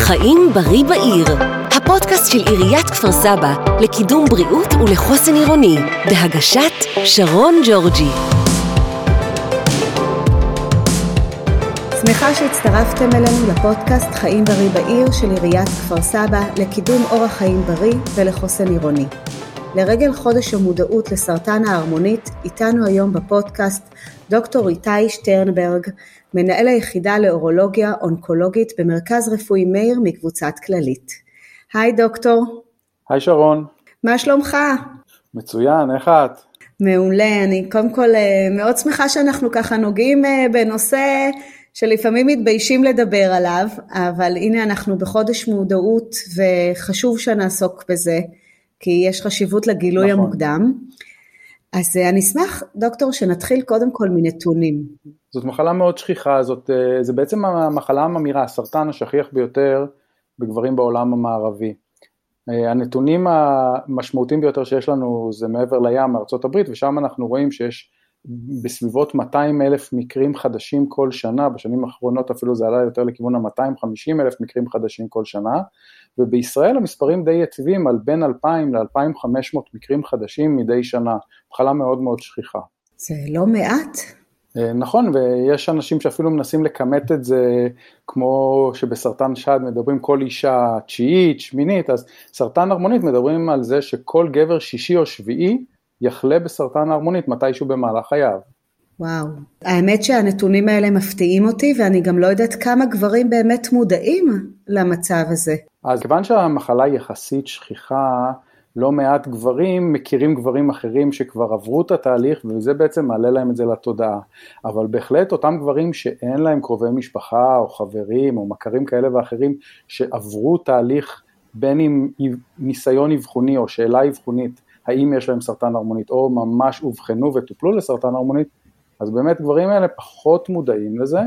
חיים בריא בעיר, הפודקאסט של עיריית כפר סבא לקידום בריאות ולחוסן עירוני, בהגשת שרון ג'ורג'י. שמחה שהצטרפתם אלינו לפודקאסט חיים בריא בעיר של עיריית כפר סבא לקידום אורח חיים בריא ולחוסן עירוני. לרגל חודש המודעות לסרטן ההרמונית, איתנו היום בפודקאסט דוקטור איתי שטרנברג, מנהל היחידה לאורולוגיה אונקולוגית במרכז רפואי מאיר מקבוצת כללית. היי דוקטור. היי שרון. מה שלומך? מצוין, איך את? מעולה, אני קודם כל מאוד שמחה שאנחנו ככה נוגעים בנושא שלפעמים מתביישים לדבר עליו, אבל הנה אנחנו בחודש מודעות וחשוב שנעסוק בזה, כי יש חשיבות לגילוי נכון. המוקדם. אז אני אשמח, דוקטור, שנתחיל קודם כל מנתונים. זאת מחלה מאוד שכיחה, זה בעצם המחלה הממירה, הסרטן השכיח ביותר בגברים בעולם המערבי. הנתונים המשמעותיים ביותר שיש לנו זה מעבר לים מארצות הברית, ושם אנחנו רואים שיש בסביבות 200,000 מקרים חדשים כל שנה, בשנים האחרונות אפילו זה עלה יותר לכיוון ה-250,000 מקרים חדשים כל שנה, ובישראל המספרים די יציבים על בין 2,000 ל-2,500 מקרים חדשים מדי שנה, מחלה מאוד מאוד שכיחה. זה לא מעט? נכון, ויש אנשים שאפילו מנסים לקמת את זה, כמו שבסרטן שד מדברים כל אישה תשיעית, שמינית, אז סרטן הרמונית מדברים על זה שכל גבר שישי או שביעי, יחלה בסרטן ההרמונית מתישהו במהלך חייו. וואו, האמת שהנתונים האלה מפתיעים אותי, ואני גם לא יודעת כמה גברים באמת מודעים למצב הזה. אז כיוון שהמחלה יחסית שכיחה, לא מעט גברים מכירים גברים אחרים שכבר עברו את התהליך, וזה בעצם מעלה להם את זה לתודעה. אבל בהחלט אותם גברים שאין להם קרובי משפחה או חברים או מכרים כאלה ואחרים, שעברו תהליך בין עם ניסיון אבחוני או שאלה אבחונית, האם יש להם סרטן הרמונית, או ממש אובחנו וטופלו לסרטן הרמונית, אז באמת גברים האלה פחות מודעים לזה,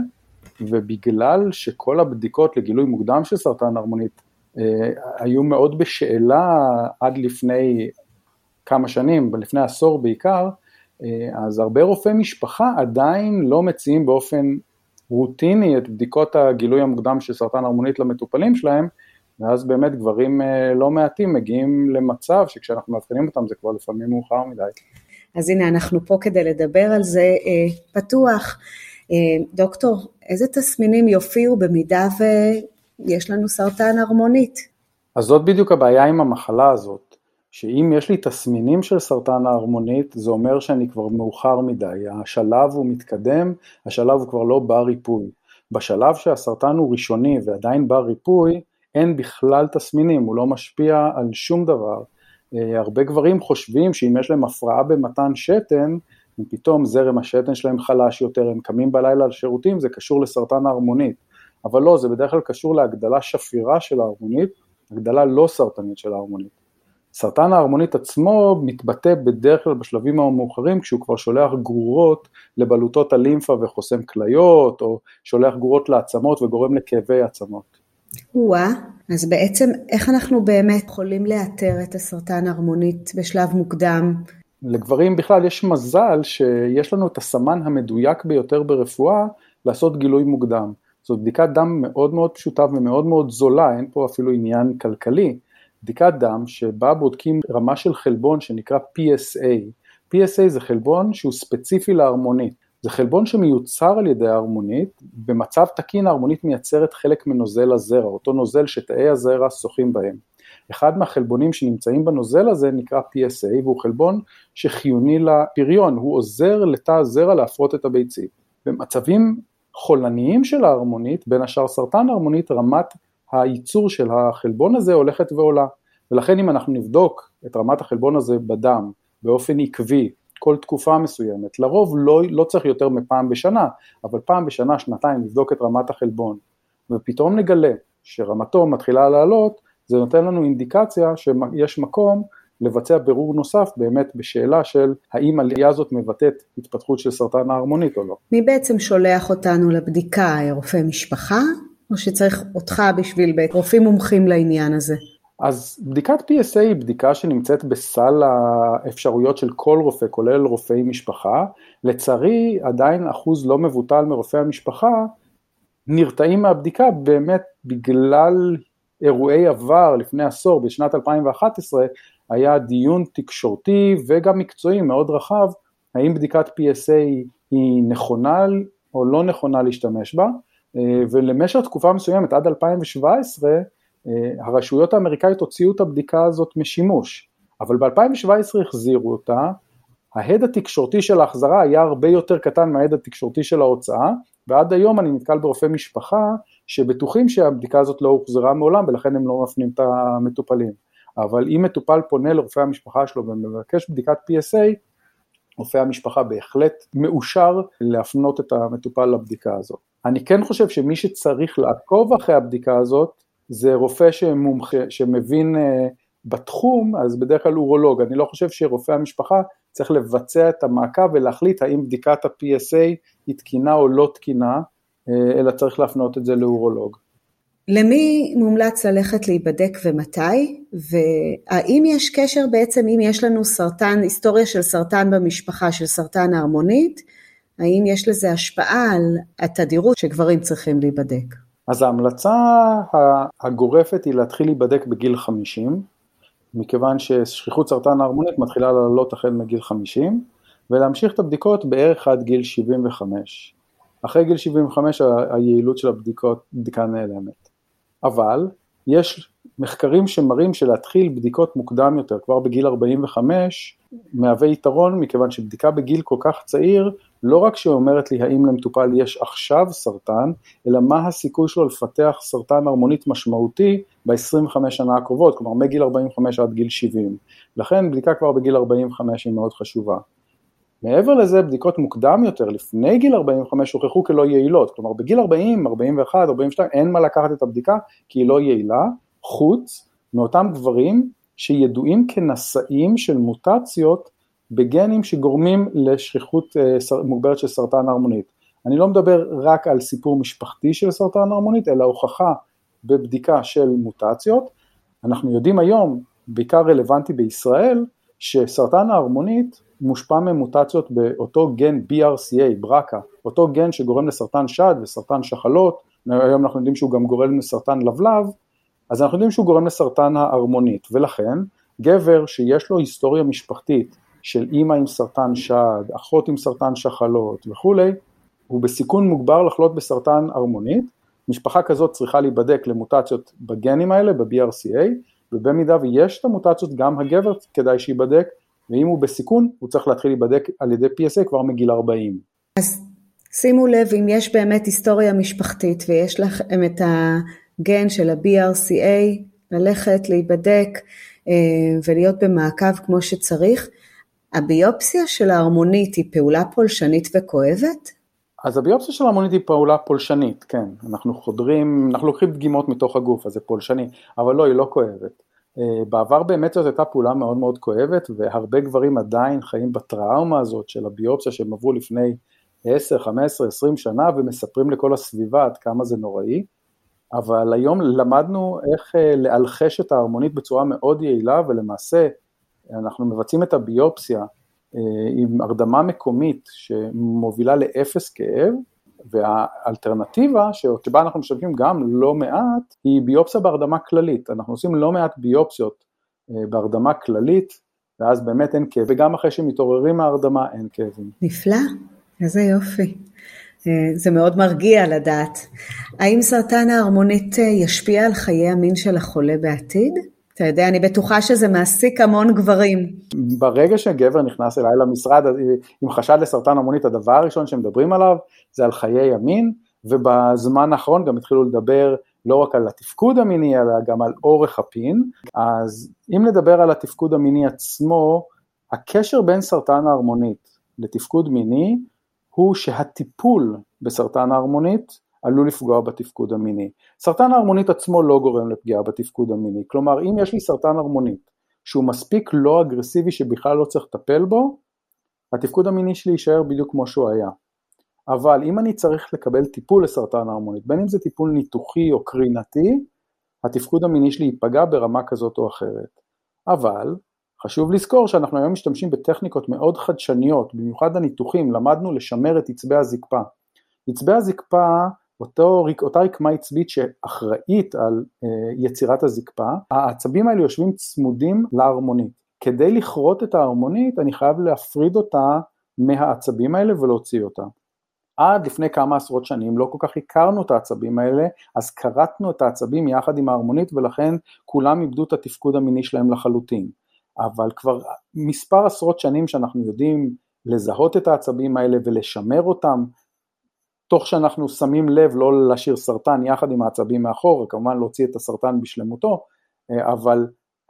ובגלל שכל הבדיקות לגילוי מוקדם של סרטן הרמונית, היו מאוד בשאלה עד לפני כמה שנים, לפני עשור בעיקר, אז הרבה רופאי משפחה עדיין לא מציעים באופן רוטיני את בדיקות הגילוי המוקדם של סרטן הרמונית למטופלים שלהם, ואז באמת גברים לא מעטים מגיעים למצב שכשאנחנו מאבחנים אותם זה כבר לפעמים מאוחר מדי. אז הנה אנחנו פה כדי לדבר על זה פתוח. דוקטור, איזה תסמינים יופיעו במידה ויש לנו סרטן הרמונית? אז זאת בדיוק הבעיה עם המחלה הזאת, שאם יש לי תסמינים של סרטן ההרמונית, זה אומר שאני כבר מאוחר מדי, השלב הוא מתקדם, השלב הוא כבר לא בר ריפוי. בשלב שהסרטן הוא ראשוני ועדיין בר ריפוי, אין בכלל תסמינים, הוא לא משפיע על שום דבר. הרבה גברים חושבים שאם יש להם הפרעה במתן שתן, פתאום זרם השתן שלהם חלש יותר, הם קמים בלילה על שירותים, זה קשור לסרטן ההרמונית. אבל לא, זה בדרך כלל קשור להגדלה שפירה של ההרמונית, הגדלה לא סרטנית של ההרמונית. סרטן ההרמונית עצמו מתבטא בדרך כלל בשלבים המאוחרים, כשהוא כבר שולח גרורות לבלוטות הלימפה וחוסם כליות, או שולח גרורות לעצמות וגורם לכאבי עצמות. אז בעצם איך אנחנו באמת יכולים לאתר את הסרטן ההרמונית בשלב מוקדם? לגברים בכלל יש מזל שיש לנו את הסמן המדויק ביותר ברפואה לעשות גילוי מוקדם. זאת בדיקת דם מאוד מאוד פשוטה ומאוד מאוד זולה, אין פה אפילו עניין כלכלי. בדיקת דם שבה בודקים רמה של חלבון שנקרא PSA. PSA זה חלבון שהוא ספציפי להרמונית. זה חלבון שמיוצר על ידי ההרמונית, במצב תקין ההרמונית מייצרת חלק מנוזל הזרע, אותו נוזל שתאי הזרע שוחים בהם. אחד מהחלבונים שנמצאים בנוזל הזה נקרא PSA, והוא חלבון שחיוני לפריון, הוא עוזר לתא הזרע להפרות את הביצית. במצבים חולניים של ההרמונית, בין השאר סרטן ההרמונית, רמת הייצור של החלבון הזה הולכת ועולה, ולכן אם אנחנו נבדוק את רמת החלבון הזה בדם, באופן עקבי, כל תקופה מסוימת, לרוב לא צריך יותר מפעם בשנה, אבל פעם בשנה, שנתיים, לבדוק את רמת החלבון, ופתאום נגלה שרמתו מתחילה לעלות, זה נותן לנו אינדיקציה שיש מקום לבצע בירור נוסף, באמת בשאלה של האם העלייה הזאת מבטאת התפתחות של סרטן ההרמונית או לא. מי בעצם שולח אותנו לבדיקה, רופא משפחה, או שצריך אותך בשביל רופאים מומחים לעניין הזה? אז בדיקת PSA היא בדיקה שנמצאת בסל האפשרויות של כל רופא, כולל רופאי משפחה. לצערי עדיין אחוז לא מבוטל מרופאי המשפחה נרתעים מהבדיקה באמת בגלל אירועי עבר לפני עשור, בשנת 2011, היה דיון תקשורתי וגם מקצועי מאוד רחב, האם בדיקת PSA היא נכונה או לא נכונה להשתמש בה, ולמשך תקופה מסוימת, עד 2017, הרשויות האמריקאיות הוציאו את הבדיקה הזאת משימוש, אבל ב-2017 החזירו אותה, ההד התקשורתי של ההחזרה היה הרבה יותר קטן מההד התקשורתי של ההוצאה, ועד היום אני נתקל ברופא משפחה, שבטוחים שהבדיקה הזאת לא הוחזרה מעולם, ולכן הם לא מפנים את המטופלים. אבל אם מטופל פונה לרופא המשפחה שלו, ומבקש בדיקת PSA, רופא המשפחה בהחלט מאושר להפנות את המטופל לבדיקה הזאת. אני כן חושב שמי שצריך לעקוב אחרי הבדיקה הזאת, זה רופא שמבין בתחום, אז בדרך כלל אורולוג. אני לא חושב שרופא המשפחה צריך לבצע את המעקב ולהחליט האם בדיקת ה-PSA היא תקינה או לא תקינה, אלא צריך להפנות את זה לאורולוג. למי מומלץ ללכת להיבדק ומתי? והאם יש קשר בעצם, אם יש לנו סרטן, היסטוריה של סרטן במשפחה, של סרטן ההרמונית, האם יש לזה השפעה על התדירות שגברים צריכים להיבדק? אז ההמלצה הגורפת היא להתחיל להיבדק בגיל 50, מכיוון ששכיחות סרטן ההרמונית מתחילה לעלות החל מגיל 50, ולהמשיך את הבדיקות בערך עד גיל 75. אחרי גיל 75 היעילות של הבדיקה נעלמת. אבל יש מחקרים שמראים שלהתחיל בדיקות מוקדם יותר, כבר בגיל 45, מהווה יתרון, מכיוון שבדיקה בגיל כל כך צעיר, לא רק שאומרת לי האם למטופל יש עכשיו סרטן, אלא מה הסיכוי שלו לפתח סרטן הרמונית משמעותי ב-25 שנה הקרובות, כלומר מגיל 45 עד גיל 70. לכן בדיקה כבר בגיל 45 היא מאוד חשובה. מעבר לזה, בדיקות מוקדם יותר, לפני גיל 45, הוכחו כלא יעילות, כלומר בגיל 40, 41, 42, אין מה לקחת את הבדיקה, כי היא לא יעילה, חוץ מאותם גברים שידועים כנשאים של מוטציות, בגנים שגורמים לשכיחות מוגברת של סרטן הרמונית. אני לא מדבר רק על סיפור משפחתי של סרטן הרמונית, אלא הוכחה בבדיקה של מוטציות. אנחנו יודעים היום, בעיקר רלוונטי בישראל, שסרטן ההרמונית מושפע ממוטציות באותו גן BRCA, ברקה, אותו גן שגורם לסרטן שד וסרטן שחלות, היום אנחנו יודעים שהוא גם גורם לסרטן לבלב, אז אנחנו יודעים שהוא גורם לסרטן ההרמונית, ולכן גבר שיש לו היסטוריה משפחתית של אמא עם סרטן שד, אחות עם סרטן שחלות וכו', הוא בסיכון מוגבר לחלות בסרטן הרמונית, משפחה כזאת צריכה להיבדק למוטציות בגנים האלה, ב-BRCA, ובמידה ויש את המוטציות גם הגבר כדאי שיבדק, ואם הוא בסיכון הוא צריך להתחיל להיבדק על ידי PSA כבר מגיל 40. אז שימו לב, אם יש באמת היסטוריה משפחתית ויש לכם את הגן של ה-BRCA, ללכת להיבדק ולהיות במעקב כמו שצריך, הביופסיה של ההרמונית היא פעולה פולשנית וכואבת? אז הביופסיה של ההרמונית היא פעולה פולשנית, כן. אנחנו לוקחים דגימות מתוך הגוף, אז זה פולשני, אבל לא, היא לא כואבת. בעבר באמת זאת הייתה פעולה מאוד מאוד כואבת, והרבה גברים עדיין חיים בטראומה הזאת של הביופסיה שהם עברו לפני 10, 15, 20 שנה, ומספרים לכל הסביבה עד כמה זה נוראי, אבל היום למדנו איך להלחש את ההרמונית בצורה מאוד יעילה, ולמעשה אנחנו מבצעים את הביופסיה עם הרדמה מקומית שמובילה לאפס כאב, והאלטרנטיבה שבה אנחנו משתמשים גם לא מעט, היא ביופסיה בהרדמה כללית. אנחנו עושים לא מעט ביופסיות בהרדמה כללית, ואז באמת אין כאב, וגם אחרי שמתעוררים מההרדמה אין כאבים. נפלא, איזה יופי. זה מאוד מרגיע לדעת. האם סרטן ההרמונית ישפיע על חיי המין של החולה בעתיד? אתה יודע, אני בטוחה שזה מעסיק המון גברים. ברגע שגבר נכנס אליי למשרד עם חשד לסרטן ההרמונית, הדבר הראשון שמדברים עליו זה על חיי המין, ובזמן האחרון גם התחילו לדבר לא רק על התפקוד המיני, אלא גם על אורך הפין. אז אם נדבר על התפקוד המיני עצמו, הקשר בין סרטן ההרמונית לתפקוד מיני, הוא שהטיפול בסרטן ההרמונית עלול לפגוע בתפקוד המיני. סרטן ההרמונית עצמו לא גורם לפגיעה בתפקוד המיני, כלומר אם יש לי סרטן הרמונית שהוא מספיק לא אגרסיבי שבכלל לא צריך לטפל בו, התפקוד המיני שלי יישאר בדיוק כמו שהוא היה. אבל אם אני צריך לקבל טיפול לסרטן ההרמונית, בין אם זה טיפול ניתוחי או קרינתי, התפקוד המיני שלי ייפגע ברמה כזאת או אחרת. אבל חשוב לזכור שאנחנו היום משתמשים בטכניקות מאוד חדשניות, במיוחד הניתוחים, למדנו לשמר את עצבי הזקפה. עצבי הזקפה אותה רקמה עצבית שאחראית על יצירת הזקפה, העצבים האלה יושבים צמודים להרמונית. כדי לכרות את ההרמונית, אני חייב להפריד אותה מהעצבים האלה ולהוציא אותה. עד לפני כמה עשרות שנים לא כל כך הכרנו את העצבים האלה, אז קרתנו את העצבים יחד עם ההרמונית, ולכן כולם איבדו את התפקוד המיני שלהם לחלוטין. אבל כבר מספר עשרות שנים שאנחנו יודעים לזהות את העצבים האלה ולשמר אותם, תוך שאנחנו שמים לב לא להשאיר סרטן יחד עם העצבים מאחור, וכמובן להוציא את הסרטן בשלמותו, אבל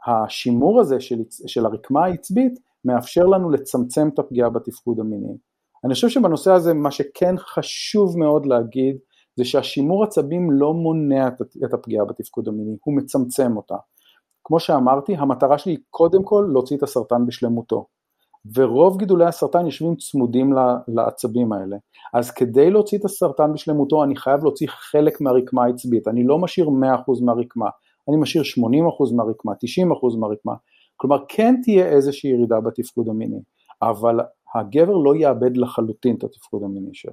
השימור הזה של הרקמה העצבית מאפשר לנו לצמצם את הפגיעה בתפקוד המיני. אני חושב שבנושא הזה מה שכן חשוב מאוד להגיד, זה שהשימור עצבים לא מונע את הפגיעה בתפקוד המיני, הוא מצמצם אותה. כמו שאמרתי, המטרה שלי היא קודם כל להוציא את הסרטן בשלמותו, ורוב גידולי הסרטן יושבים צמודים לעצבים האלה, אז כדי להוציא את הסרטן בשלמותו, אני חייב להוציא חלק מהרקמה העצבית, אני לא משאיר 100% מהרקמה, אני משאיר 80% מהרקמה, 90% מהרקמה, כלומר כן תהיה איזושהי ירידה בתפקוד המיני, אבל הגבר לא יאבד לחלוטין את התפקוד המיני שלו.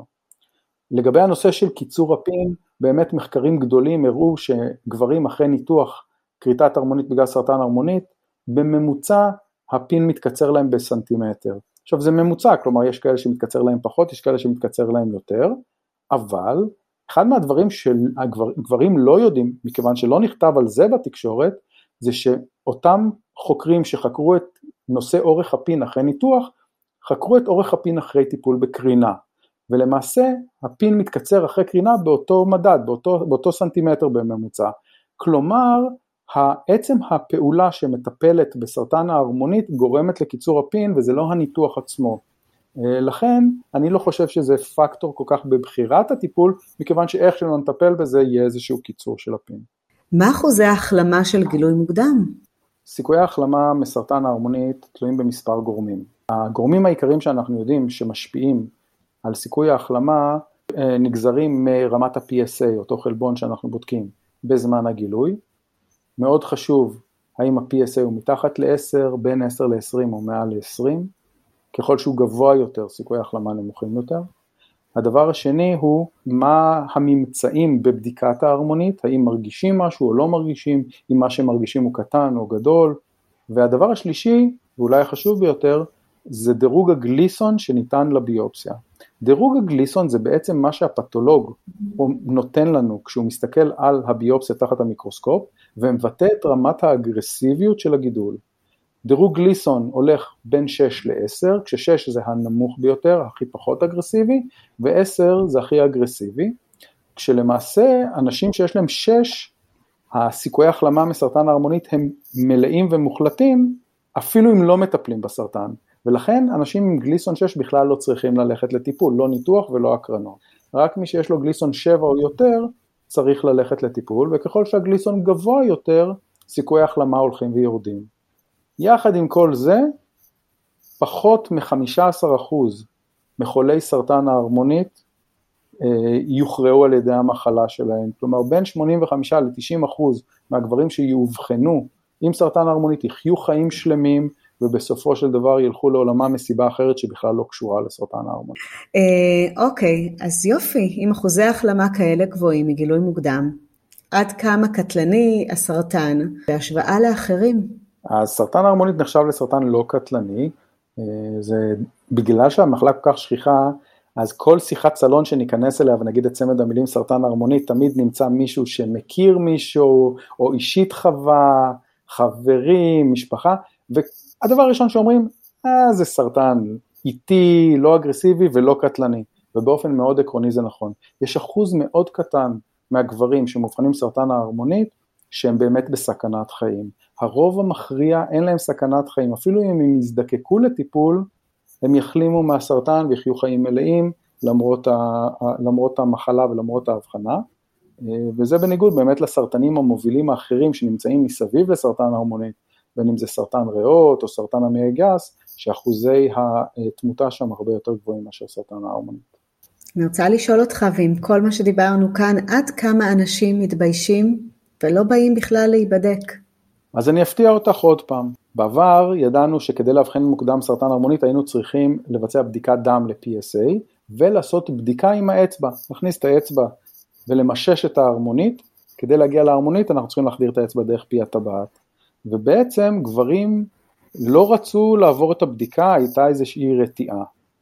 לגבי הנושא של קיצור הפין, באמת מחקרים גדולים הראו שגברים אחרי ניתוח כריתת הרמונית בגלל סרטן הרמונית, בממוצע הפין מתקצר להם בסנטימטר. עכשיו זה ממוצע, כלומר יש כאלה שמתקצר להם פחות, יש כאלה שמתקצר להם יותר, אבל אחד מהדברים שגברים לא יודעים, מכיוון שלא נכתב על זה בתקשורת, זה שאותם חוקרים שחקרו את נושא אורך הפין אחרי ניתוח, חקרו את אורך הפין אחרי טיפול בקרינה, ולמעשה הפין מתקצר אחרי קרינה באותו מדד, באותו סנטימטר בממוצע. כלומר, עצם הפעולה שמטפלת בסרטן ההרמונית גורמת לקיצור הפין, וזה לא הניתוח עצמו. לכן, אני לא חושב שזה פקטור כל כך בבחירת הטיפול, מכיוון שאיך שלא נטפל בזה, יהיה איזשהו קיצור של הפין. מה אחוזי ההחלמה של גילוי מוקדם? סיכויי ההחלמה מסרטן ההרמונית תלויים במספר גורמים. הגורמים העיקריים שאנחנו יודעים שמשפיעים על סיכוי ההחלמה, נגזרים מרמת ה-PSA, אותו חלבון שאנחנו בודקים בזמן הגילוי. מאוד חשוב האם ה-PSA הוא מתחת ל-10, בין 10 ל-20 או מעל ל-20, ככל שהוא גבוה יותר, סיכויי ההחלמה נמוכים יותר. הדבר השני הוא מה הממצאים בבדיקת ההרמונית, האם מרגישים משהו או לא מרגישים, אם מה שמרגישים הוא קטן או גדול. והדבר השלישי, ואולי החשוב ביותר, זה דירוג הגליסון שניתן לביופסיה. דירוג הגליסון זה בעצם מה שהפתולוג נותן לנו כשהוא מסתכל על הביופסיה תחת המיקרוסקופ, ומבטא את רמת האגרסיביות של הגידול. דירוג גליסון הולך בין 6 ל-10, כש-6 זה הנמוך ביותר, הכי פחות אגרסיבי, ו-10 זה הכי אגרסיבי, כשלמעשה אנשים שיש להם 6, הסיכויי החלמה מסרטן ההרמונית הם מלאים ומוחלטים, אפילו אם לא מטפלים בסרטן, ולכן אנשים עם גליסון 6 בכלל לא צריכים ללכת לטיפול, לא ניתוח ולא הקרנות. רק מי שיש לו גליסון 7 או יותר, צריך ללכת לטיפול, וככל שהגליסון גבוה יותר, סיכויי החלמה הולכים ויורדים. יחד עם כל זה, פחות מ-15% מחולי סרטן ההרמונית יוכרעו על ידי המחלה שלהם. כלומר, בין 85 ל-90% מהגברים שיאובחנו עם סרטן ההרמונית יחיו חיים שלמים, ובסופו של דבר ילכו לעולמה מסיבה אחרת שבכלל לא קשורה לסרטן ההרמונית. אוקיי, אז יופי, עם אחוזי החלמה כאלה גבוהים מגילוי מוקדם, עד כמה קטלני הסרטן בהשוואה לאחרים? הסרטן ההרמונית נחשב לסרטן לא קטלני, זה בגלל שהמחלה כל כך שכיחה, אז כל שיחת סלון שניכנס אליה ונגיד את צמד המילים סרטן ההרמונית, תמיד נמצא מישהו שמכיר מישהו, או אישית חווה, חברים, משפחה, והדבר הראשון שאומרים, זה סרטן איטי, לא אגרסיבי ולא קטלני, ובאופן מאוד עקרוני זה נכון. יש אחוז מאוד קטן מהגברים שמאובחנים סרטן ההרמונית, שהם באמת בסכנת חיים. הרוב המכריע אין להם סכנת חיים, אפילו אם הם יזדקקו לטיפול, הם יחלימו מהסרטן ויחיו חיים מלאים, למרות המחלה ולמרות ההבחנה, וזה בניגוד באמת לסרטנים המובילים האחרים שנמצאים מסביב לסרטן ההרמונית, בין אם זה סרטן ריאות או סרטן המעי גס, שאחוזי התמותה שם הרבה יותר גבוהים מאשר סרטן ההרמונית. אני רוצה לשאול אותך, ועם כל מה שדיברנו כאן, עד כמה אנשים מתביישים ולא באים בכלל להיבדק? אז אני אפתיע אותך עוד פעם. בעבר ידענו שכדי להבחן מוקדם סרטן ההרמונית היינו צריכים לבצע בדיקת דם ל-PSA ולעשות בדיקה עם האצבע, נכניס את האצבע ולמשש את ההרמונית. כדי להגיע להרמונית אנחנו צריכים להחדיר את האצבע דרך פי הטבעת, ובעצם גברים לא רצו לעבור את הבדיקה, הייתה איזושהי רתיעה.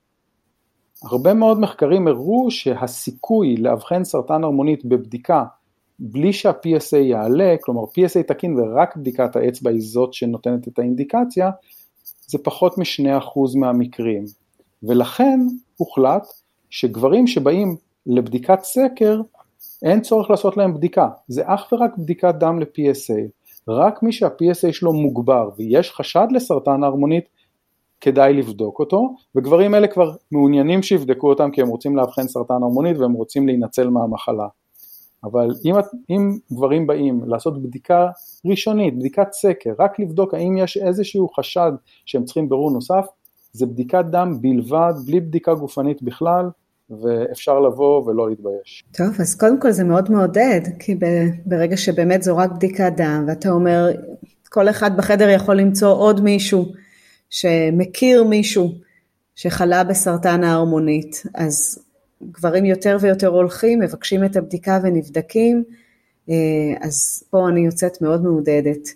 הרבה מאוד מחקרים הראו שהסיכוי לאבחן סרטן הרמונית בבדיקה בלי שה-PSA יעלה, כלומר PSA תקין ורק בדיקת האצבע היא זאת שנותנת את האינדיקציה, זה פחות מ2% מהמקרים. ולכן הוחלט שגברים שבאים לבדיקת סקר, אין צורך לעשות להם בדיקה, זה אך ורק בדיקת דם ל-PSA. רק מי שה-PSA שלו מוגבר ויש חשד לסרטן ההרמונית, כדאי לבדוק אותו, וגברים אלה כבר מעוניינים שיבדקו אותם כי הם רוצים לאבחן סרטן הרמונית והם רוצים להינצל מהמחלה. אבל אם גברים באים לעשות בדיקה ראשונית, בדיקת סקר, רק לבדוק האם יש איזשהו חשד שהם צריכים בירור נוסף, זה בדיקת דם בלבד, בלי בדיקה גופנית בכלל, ואפשר לבוא ולא להתבייש. טוב, אז קודם כל זה מאוד מעודד, כי ברגע שבאמת זו רק בדיקת דם, ואתה אומר, כל אחד בחדר יכול למצוא עוד מישהו, שמכיר מישהו שחלה בסרטן ההרמונית, אז גברים יותר ויותר הולכים, מבקשים את הבדיקה ונבדקים, אז פה אני יוצאת מאוד מעודדת.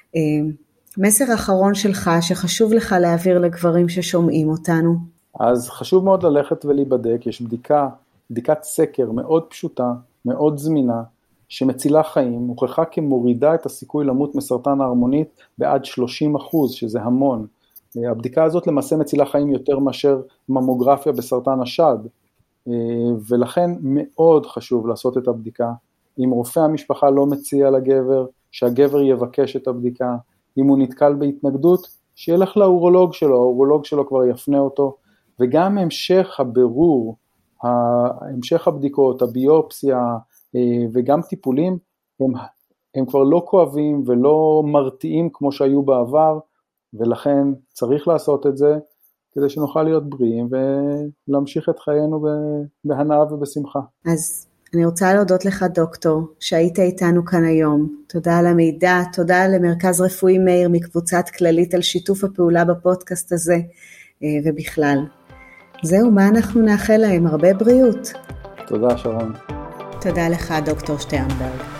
מסר האחרון שלך שחשוב לך להעביר לגברים ששומעים אותנו? אז חשוב מאוד ללכת ולהיבדק, יש בדיקת סקר מאוד פשוטה, מאוד זמינה, שמצילה חיים, הוכחה כמורידה את הסיכוי למות מסרטן ההרמונית בעד 30%, שזה המון. הבדיקה הזאת למעשה מצילה חיים יותר מאשר ממוגרפיה בסרטן השד, ולכן מאוד חשוב לעשות את הבדיקה. אם רופא המשפחה לא מציע לגבר, שהגבר יבקש את הבדיקה, אם הוא נתקל בהתנגדות, שילך לאורולוג שלו, האורולוג שלו כבר יפנה אותו, וגם המשך הבירור, המשך הבדיקות, הביופסיה וגם טיפולים, הם כבר לא כואבים ולא מרתיעים כמו שהיו בעבר, ולכן צריך לעשות את זה, כדי שנוכל להיות בריאים ולהמשיך את חיינו בהנאה ובשמחה. אז אני רוצה להודות לך דוקטור, שהיית איתנו כאן היום. תודה על המידע, תודה למרכז רפואי מאיר מקבוצת כללית על שיתוף הפעולה בפודקאסט הזה ובכלל. זהו, מה אנחנו נאחל להם? הרבה בריאות. תודה שרון. תודה לך דוקטור שטרנברג.